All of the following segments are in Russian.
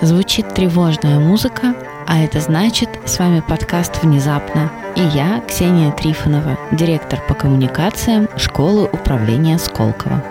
Звучит тревожная музыка, а это значит, с вами подкаст «Внезапно». И я, Ксения Трифонова, директор по коммуникациям школы управления Сколково.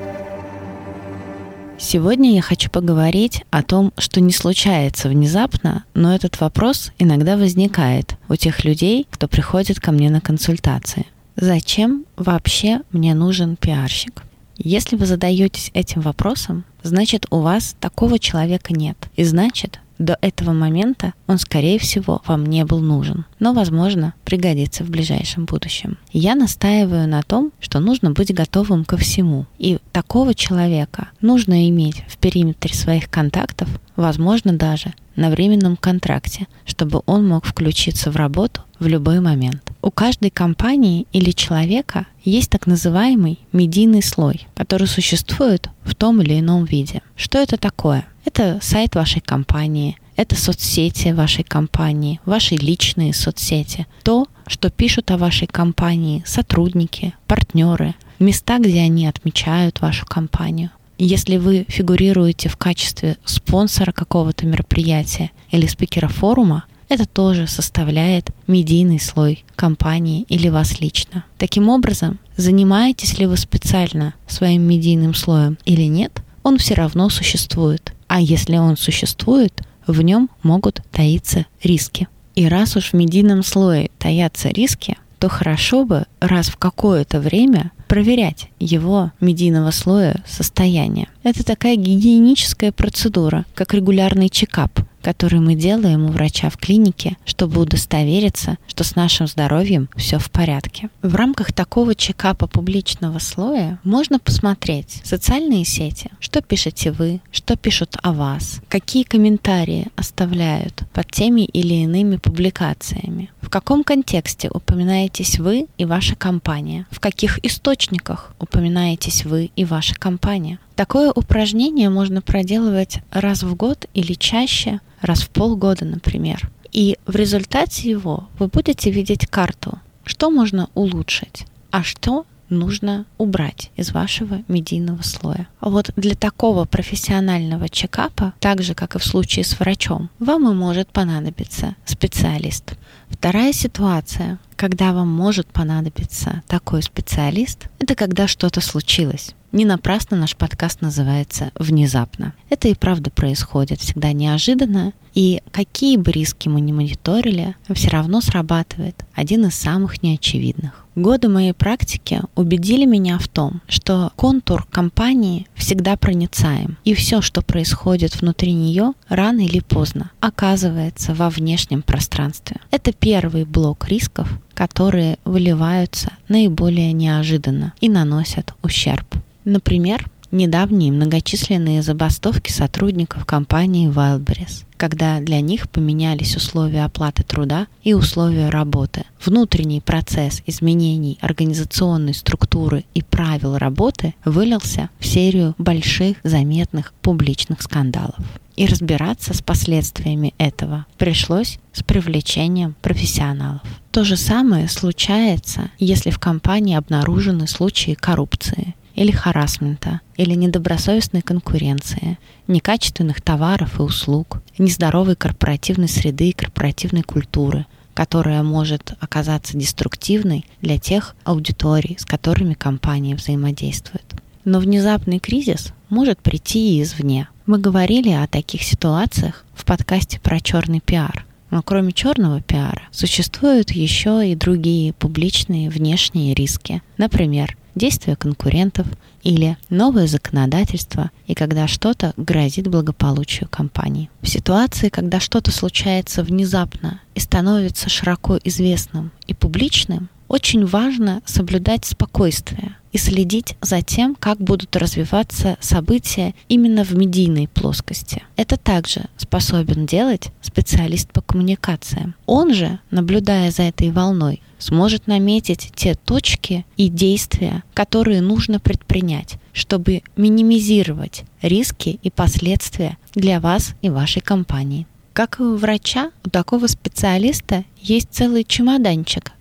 Сегодня я хочу поговорить о том, что не случается внезапно, но этот вопрос иногда возникает у тех людей, кто приходит ко мне на консультации. Зачем вообще мне нужен пиарщик? Если вы задаетесь этим вопросом, значит, у вас такого человека нет. И значит, до этого момента он, скорее всего, вам не был нужен, но, возможно, пригодится в ближайшем будущем. Я настаиваю на том, что нужно быть готовым ко всему. И такого человека нужно иметь в периметре своих контактов, возможно, даже на временном контракте, чтобы он мог включиться в работу в любой момент. У каждой компании или человека есть так называемый медийный слой, который существует в том или ином виде. Что это такое? Это сайт вашей компании, это соцсети вашей компании, ваши личные соцсети, то, что пишут о вашей компании сотрудники, партнеры, места, где они отмечают вашу компанию. Если вы фигурируете в качестве спонсора какого-то мероприятия или спикера форума, это тоже составляет медийный слой компании или вас лично. Таким образом, занимаетесь ли вы специально своим медийным слоем или нет, он все равно существует. А если он существует, в нем могут таиться риски. И раз уж в медийном слое таятся риски, то хорошо бы раз в какое-то время проверять его медийного слоя состояние. Это такая гигиеническая процедура, как регулярный чекап, который мы делаем у врача в клинике, чтобы удостовериться, что с нашим здоровьем все в порядке. В рамках такого чекапа публичного слоя можно посмотреть социальные сети, что пишете вы, что пишут о вас, какие комментарии оставляют под теми или иными публикациями, в каком контексте упоминаетесь вы и ваша компания, в каких источниках упоминаетесь вы и ваша компания. Такое упражнение можно проделывать раз в год или чаще, раз в полгода, например. И в результате его вы будете видеть карту, что можно улучшить, а что нужно убрать из вашего медийного слоя. А вот для такого профессионального чекапа, так же, как и в случае с врачом, вам и может понадобиться специалист. Вторая ситуация, когда вам может понадобиться такой специалист, это когда что-то случилось. Не напрасно наш подкаст называется «Внезапно». Это и правда происходит всегда неожиданно, и какие бы риски мы ни мониторили, все равно срабатывает один из самых неочевидных. Годы моей практики убедили меня в том, что контур компании всегда проницаем, и все, что происходит внутри нее, рано или поздно оказывается во внешнем пространстве. Это первый блок рисков, которые выливаются наиболее неожиданно и наносят ущерб. Например, недавние многочисленные забастовки сотрудников компании Wildberries, когда для них поменялись условия оплаты труда и условия работы. Внутренний процесс изменений организационной структуры и правил работы вылился в серию больших, заметных публичных скандалов. И разбираться с последствиями этого пришлось с привлечением профессионалов. То же самое случается, если в компании обнаружены случаи коррупции, или харассмента, или недобросовестной конкуренции, некачественных товаров и услуг, нездоровой корпоративной среды и корпоративной культуры, которая может оказаться деструктивной для тех аудиторий, с которыми компания взаимодействует. Но внезапный кризис может прийти и извне. Мы говорили о таких ситуациях в подкасте про черный пиар. Но кроме черного пиара существуют еще и другие публичные внешние риски. Например, действия конкурентов или новое законодательство, и когда что-то грозит благополучию компании. В ситуации, когда что-то случается внезапно и становится широко известным и публичным, очень важно соблюдать спокойствие и следить за тем, как будут развиваться события именно в медийной плоскости. Это также способен делать специалист по коммуникациям. Он же, наблюдая за этой волной, сможет наметить те точки и действия, которые нужно предпринять, чтобы минимизировать риски и последствия для вас и вашей компании. Как и у врача, у такого специалиста есть целый чемоданчик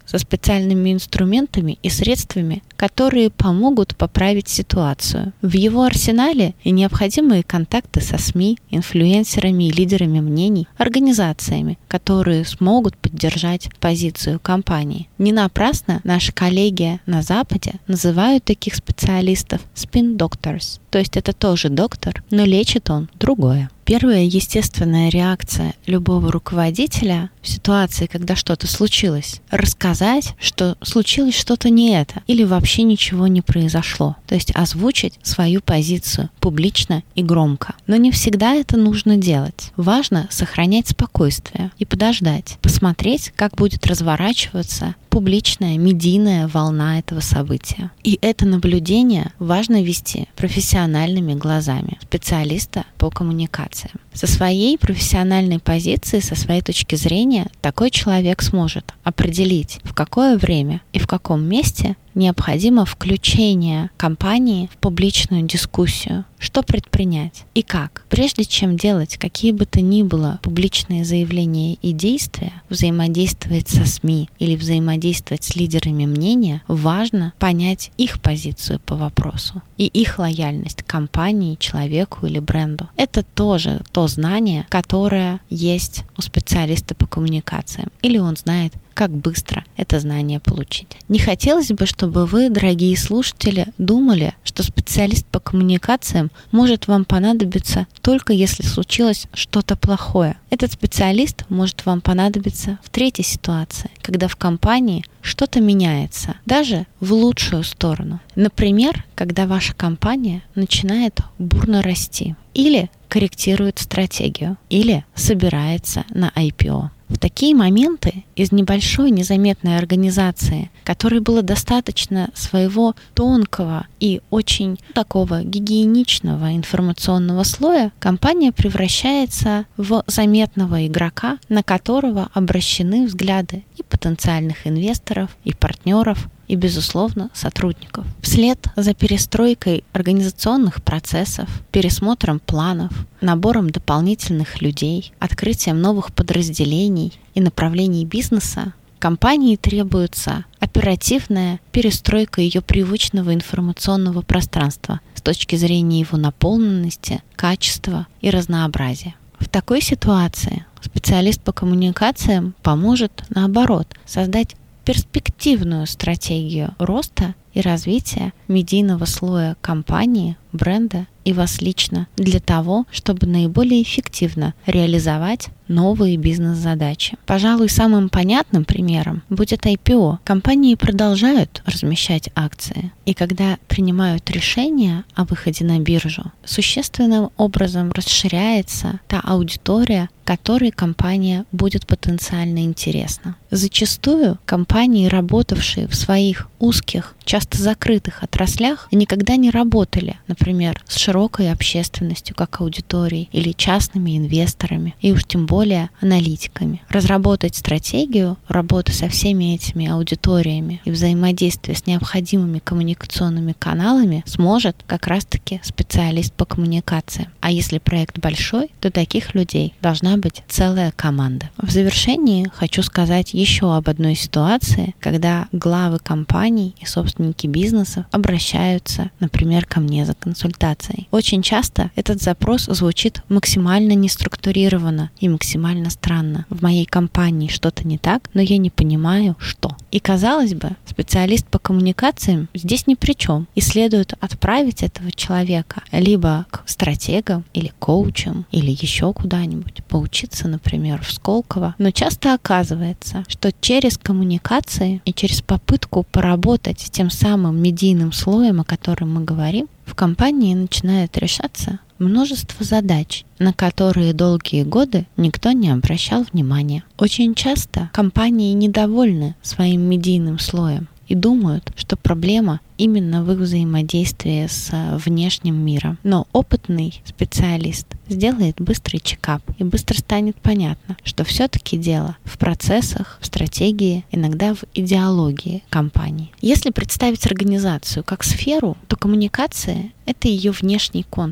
со специальными инструментами и средствами, которые помогут поправить ситуацию. В его арсенале и необходимые контакты со СМИ, инфлюенсерами и лидерами мнений, организациями, которые смогут поддержать позицию компании. Не напрасно наши коллеги на Западе называют таких специалистов spin doctors, то есть это тоже доктор, но лечит он другое. Первая естественная реакция любого руководителя в ситуации, когда что-то случилось, рассказать, что случилось что-то не это, или вообще ничего не произошло. То есть озвучить свою позицию публично и громко. Но не всегда это нужно делать. Важно сохранять спокойствие и подождать, посмотреть, как будет разворачиваться публичная медийная волна этого события. И это наблюдение важно вести профессиональными глазами специалиста по коммуникациям. Со своей профессиональной позиции, со своей точки зрения, такой человек сможет определить, в какое время и в каком месте необходимо включение компании в публичную дискуссию, что предпринять и как. Прежде чем делать какие бы то ни было публичные заявления и действия, взаимодействовать со СМИ или взаимодействовать с лидерами мнения, важно понять их позицию по вопросу и их лояльность к компании, человеку или бренду. Это тоже то знание, которое есть у специалиста по коммуникациям, или он знает, как быстро это знание получить. Не хотелось бы, чтобы вы, дорогие слушатели, думали, что специалист по коммуникациям может вам понадобиться только если случилось что-то плохое. Этот специалист может вам понадобиться в третьей ситуации, когда в компании что-то меняется, даже в лучшую сторону. Например, когда ваша компания начинает бурно расти, или корректирует стратегию, или собирается на IPO. В такие моменты из небольшой незаметной организации, которой было достаточно своего тонкого и очень такого гигиеничного информационного слоя, компания превращается в заметного игрока, на которого обращены взгляды и потенциальных инвесторов, и партнеров, и, безусловно, сотрудников. Вслед за перестройкой организационных процессов, пересмотром планов, набором дополнительных людей, открытием новых подразделений и направлений бизнеса, компании требуется оперативная перестройка ее привычного информационного пространства с точки зрения его наполненности, качества и разнообразия. В такой ситуации специалист по коммуникациям поможет, наоборот, создать перспективную стратегию роста и развития медийного слоя компании, бренда и вас лично для того, чтобы наиболее эффективно реализовать новые бизнес-задачи. Пожалуй, самым понятным примером будет IPO. Компании продолжают размещать акции, и когда принимают решения о выходе на биржу, существенным образом расширяется та аудитория, которой компания будет потенциально интересна. Зачастую компании, работавшие в своих узких, часто закрытых отраслях, никогда не работали, например, с широкой общественностью как аудиторией или частными инвесторами, и уж тем более аналитиками. Разработать стратегию работы со всеми этими аудиториями и взаимодействие с необходимыми коммуникационными каналами сможет как раз-таки специалист по коммуникациям. А если проект большой, то таких людей должна быть целая команда. В завершении хочу сказать еще об одной ситуации, когда главы компаний и собственники бизнесов обращаются, например, ко мне за консультацией. Очень часто этот запрос звучит максимально неструктурированно и максимально странно. В моей компании что-то не так, но я не понимаю, что. И казалось бы, специалист по коммуникациям здесь ни при чем. И следует отправить этого человека либо к стратегам или коучам, или еще куда-нибудь, поучиться, например, в Сколково. Но часто оказывается, что через коммуникации и через попытку поработать с тем самым медийным слоем, о котором мы говорим, в компании начинает решаться множество задач, на которые долгие годы никто не обращал внимания. Очень часто компании недовольны своим медийным слоем и думают, что проблема именно в их взаимодействии с внешним миром. Но опытный специалист сделает быстрый чекап, и быстро станет понятно, что все-таки дело в процессах, в стратегии, иногда в идеологии компании. Если представить организацию как сферу, то коммуникация — это ее внешний контур.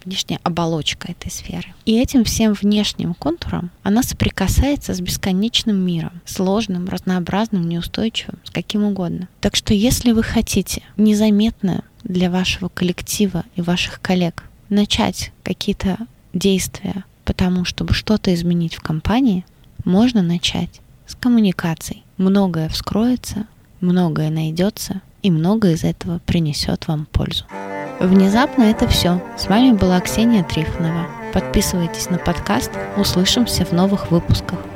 внешняя оболочка этой сферы. И этим всем внешним контуром она соприкасается с бесконечным миром, сложным, разнообразным, неустойчивым, с каким угодно. Так что если вы хотите незаметно для вашего коллектива и ваших коллег начать какие-то действия по тому, чтобы что-то изменить в компании, можно начать с коммуникаций. Многое вскроется, многое найдется, и многое из этого принесет вам пользу. Внезапно это все. С вами была Ксения Трифонова. Подписывайтесь на подкаст. Услышимся в новых выпусках.